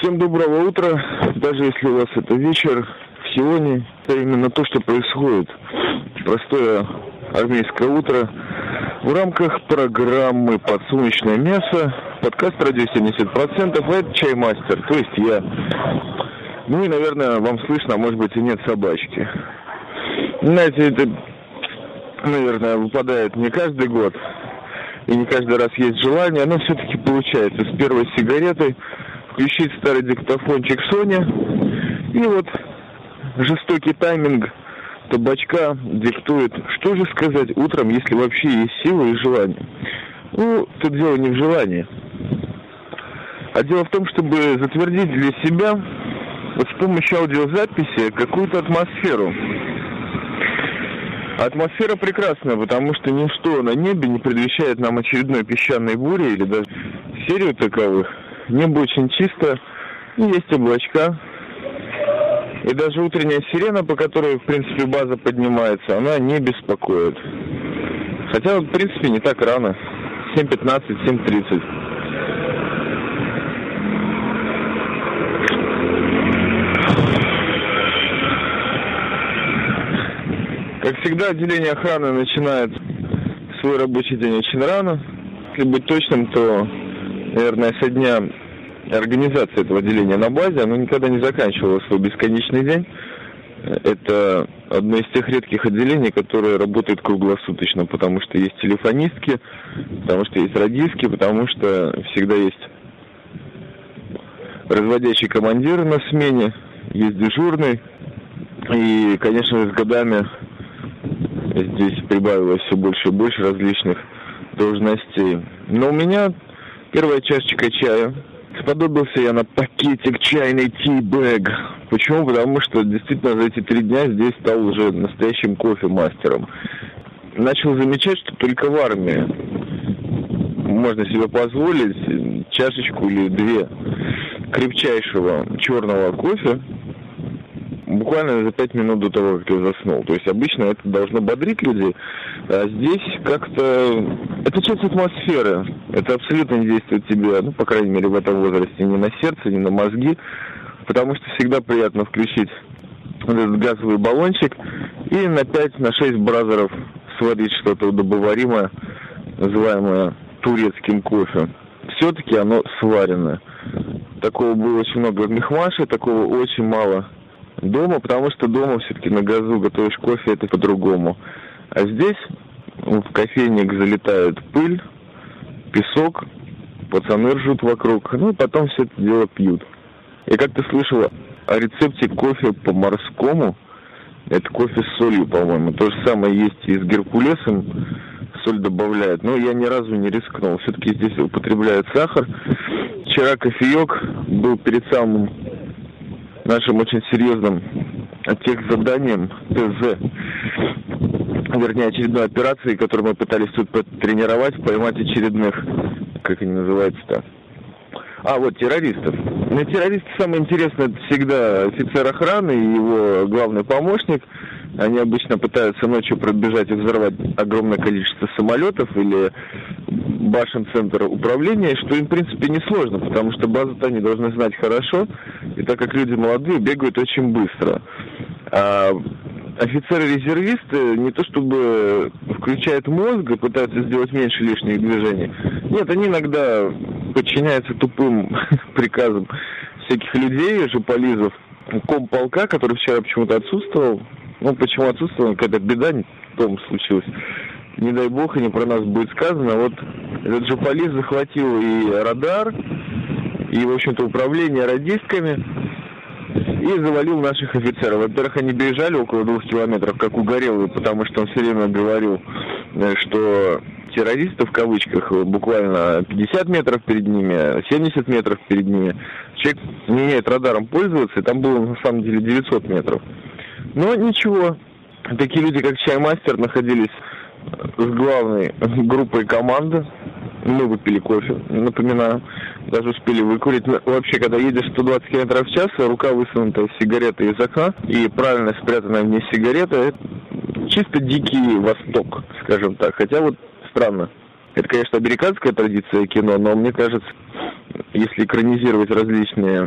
Всем доброго утра, даже если у вас это вечер, в Сионе, это именно то, что происходит. Простое армейское утро в рамках программы «Подсолнечное мясо», подкаст «Радио 70%», а это Чаймастер, то есть я. Ну и, наверное, вам слышно, а может быть и нет собачки. Знаете, это, наверное, выпадает не каждый год, и не каждый раз есть желание, но все-таки получается с первой сигаретой включить старый диктофончик Sony, и вот жестокий тайминг табачка диктует, что же сказать утром, если вообще есть сила и желание. Ну, тут дело не в желании, а дело в том, чтобы затвердить для себя вот с помощью аудиозаписи какую-то атмосферу. Атмосфера прекрасная, потому что ничто на небе не предвещает нам очередной песчаной бури или даже серию таковых. Небо очень чисто, и есть облачка. И даже утренняя сирена, по которой, в принципе, база поднимается, она не беспокоит. Хотя, в принципе, не так рано. 7:15, 7:30. Как всегда, отделение охраны начинает свой рабочий день очень рано. Если быть точным, то, наверное, со дня организации этого отделения на базе оно никогда не заканчивало свой бесконечный день. Это одно из тех редких отделений, которые работают круглосуточно, потому что есть телефонистки, потому что есть радистки, потому что всегда есть разводящий командир на смене, есть дежурный. И, конечно, с годами здесь прибавилось все больше и больше различных должностей. Но у меня первая чашечка чая. Сподобился я на пакетик чайный Tea-Bag. Почему? Потому что действительно за эти 3 дня здесь стал уже настоящим кофе-мастером. Начал замечать, что только в армии можно себе позволить чашечку или 2 крепчайшего черного кофе буквально за 5 минут до того, как я заснул. То есть обычно это должно бодрить людей, а здесь как-то это часть атмосферы. Это абсолютно не действует тебе, ну, по крайней мере, в этом возрасте, ни на сердце, ни на мозги, потому что всегда приятно включить этот газовый баллончик и на 5-6 бразеров сварить что-то удобоваримое, называемое турецким кофе. Все-таки оно сварено. Такого было очень много в Мехмаше, такого очень мало дома, потому что дома все-таки на газу готовишь кофе, это по-другому. А здесь в кофейник залетает пыль, песок, пацаны ржут вокруг, ну и потом все это дело пьют. Я как-то слышал о рецепте кофе по-морскому, это кофе с солью, по-моему. То же самое есть и с Геркулесом, соль добавляют, но я ни разу не рискнул. Все-таки здесь употребляют сахар. Вчера кофеек был перед самым нашим очень серьезным техзаданием, ТЗ, вернее, очередной операции, которую мы пытались тут потренировать, поймать очередных, как они называются-то, террористов. На террористы самое интересное, это всегда офицер охраны и его главный помощник. Они обычно пытаются ночью пробежать и взорвать огромное количество самолетов или башен центра управления, что им, в принципе, несложно, потому что базу-то они должны знать хорошо, и так как люди молодые, бегают очень быстро. А офицеры-резервисты не то чтобы включают мозг и пытаются сделать меньше лишних движений. Нет, они иногда подчиняются тупым приказам всяких людей, жополизов, комполка, который вчера почему-то отсутствовал. Ну, почему отсутствовал, какая-то беда дома случилась. Не дай бог, и не про нас будет сказано. Вот этот жополиз захватил и радар, и, в общем-то, управление радистками, и завалил наших офицеров. Во-первых, они бежали около 2 километров, как угорелые, потому что он все время говорил, что террористы, в кавычках, буквально 50 метров перед ними, 70 метров перед ними. Человек не умеет радаром пользоваться, и там было, на самом деле, 900 метров. Но ничего, такие люди, как Чаймастер, находились с главной группой команды. Мы выпили кофе, напоминаю, даже успели выкурить. Вообще, когда едешь 120 км в час, рука высунута из сигареты из окна, и правильно спрятанная в ней сигарета, это чисто дикий восток, скажем так. Хотя вот странно. Это, конечно, американская традиция кино, но мне кажется, если экранизировать различные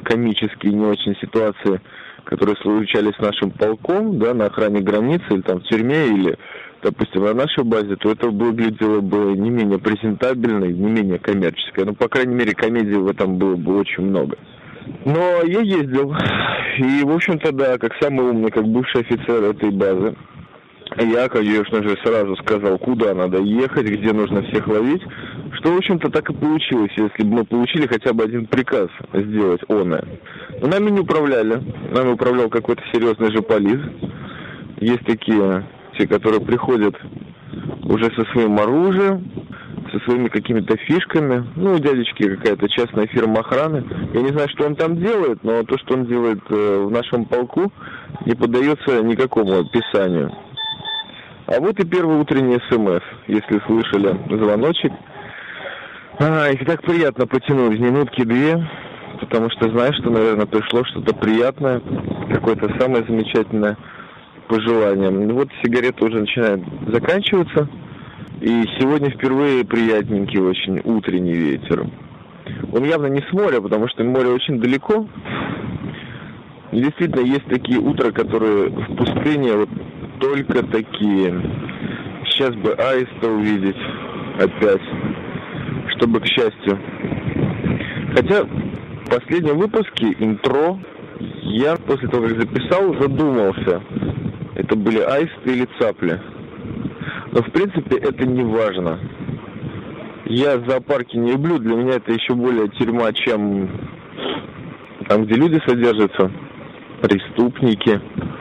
комические, не очень ситуации, которые случались с нашим полком, да, на охране границы, или там в тюрьме, или, допустим, на нашей базе, то это выглядело бы не менее презентабельно и не менее коммерческое. Ну, по крайней мере, комедий в этом было бы очень много. Но я ездил, и, в общем-то, да, как самый умный, как бывший офицер этой базы, я, конечно же, сразу сказал, куда надо ехать, где нужно всех ловить, что, в общем-то, так и получилось, если бы мы получили хотя бы один приказ сделать оное. Но нами не управляли, нами управлял какой-то серьезный же полис. Есть такие, те, которые приходят уже со своим оружием, со своими какими-то фишками. Ну, у дядечки какая-то частная фирма охраны. Я не знаю, что он там делает, но то, что он делает в нашем полку, не поддается никакому описанию. А вот и первый утренний СМС, если слышали звоночек. И так приятно потянулись минутки-две, потому что знаешь, что, наверное, пришло что-то приятное, какое-то самое замечательное пожелание. Вот сигарета уже начинает заканчиваться. И сегодня впервые приятненький очень утренний ветер. Он явно не с моря, потому что море очень далеко. И действительно, есть такие утра, которые в пустыне вот только такие. Сейчас бы аиста увидеть опять, чтобы к счастью. Хотя в последнем выпуске интро я после того, как записал, задумался, это были аисты или цапли. Но, в принципе, это не важно. Я зоопарки не люблю. Для меня это еще более тюрьма, чем там, где люди содержатся, преступники.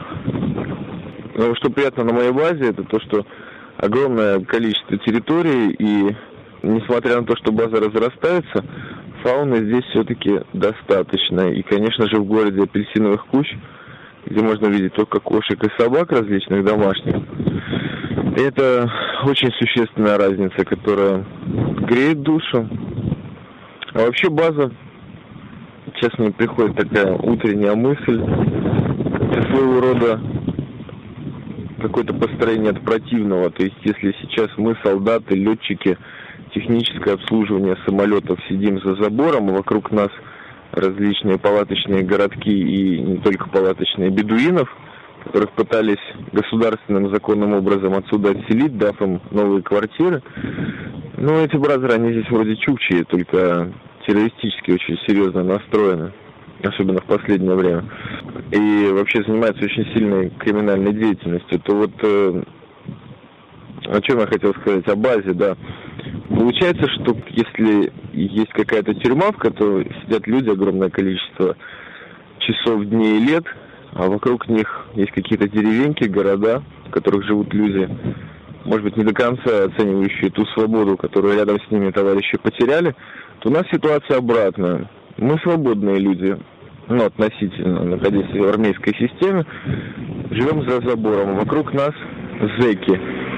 Но что приятно на моей базе, это то, что огромное количество территорий, и несмотря на то, что база разрастается, фауны здесь все-таки достаточно. И, конечно же, в городе апельсиновых куч, где можно видеть только кошек и собак различных домашних, это очень существенная разница, которая греет душу. А вообще база, сейчас мне приходит такая утренняя мысль, это своего рода какое-то построение от противного. То есть если сейчас мы, солдаты, летчики, техническое обслуживание самолетов, сидим за забором, а вокруг нас различные палаточные городки и не только палаточные бедуинов, которых пытались государственным законным образом отсюда отселить, дав им новые квартиры. Ну, эти бразеры, они здесь вроде чукчи, только террористически очень серьезно настроены, особенно в последнее время. И вообще занимаются очень сильной криминальной деятельностью. То вот, о чем я хотел сказать, о базе, да. Получается, что если есть какая-то тюрьма, в которой сидят люди, огромное количество часов, дней и лет, а вокруг них есть какие-то деревеньки, города, в которых живут люди, может быть, не до конца оценивающие ту свободу, которую рядом с ними товарищи потеряли, то у нас ситуация обратная. Мы свободные люди, ну, относительно, находясь в армейской системе, живем за забором, вокруг нас зэки.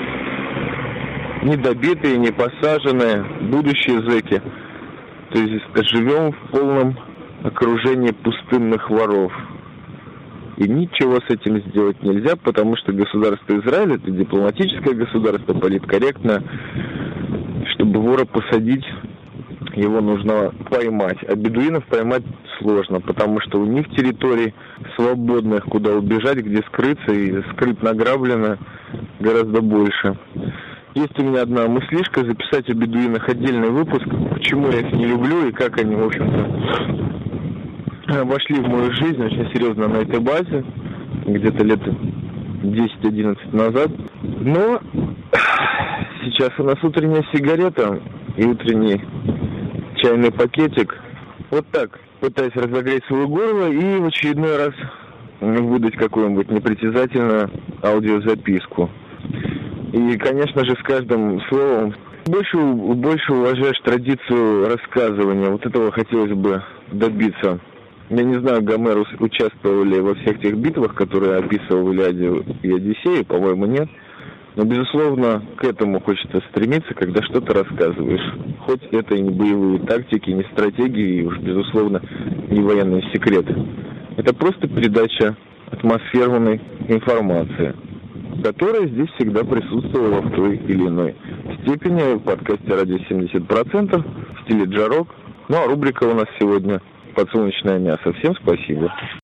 Недобитые, не посаженные, будущие зэки. То есть живем в полном окружении пустынных воров. И ничего с этим сделать нельзя, потому что государство Израиль — это дипломатическое государство, политкорректное. Чтобы вора посадить, его нужно поймать. А бедуинов поймать сложно, потому что у них территорий свободных, куда убежать, где скрыться, и скрыть награбленное гораздо больше. Есть у меня одна мыслишка — записать о бедуинах отдельный выпуск, почему я их не люблю и как они, в общем-то, вошли в мою жизнь очень серьезно на этой базе, где-то лет 10-11 назад. Но сейчас у нас утренняя сигарета и утренний чайный пакетик. Вот так, пытаюсь разогреть свое горло и в очередной раз выдать какую-нибудь непритязательную аудиозаписку. И, конечно же, с каждым словом больше уважаешь традицию рассказывания. Вот этого хотелось бы добиться. Я не знаю, Гомер участвовал ли во всех тех битвах, которые описывал в Илиаде и Одиссее, по-моему, нет. Но, безусловно, к этому хочется стремиться, когда что-то рассказываешь. Хоть это и не боевые тактики, не стратегии, и уж, безусловно, не военные секреты. Это просто передача атмосферной информации, которая здесь всегда присутствовала в той или иной степени. В подкасте «Радио 70%» в стиле джарок. Ну, а рубрика у нас сегодня подсолнечное мясо. Всем спасибо.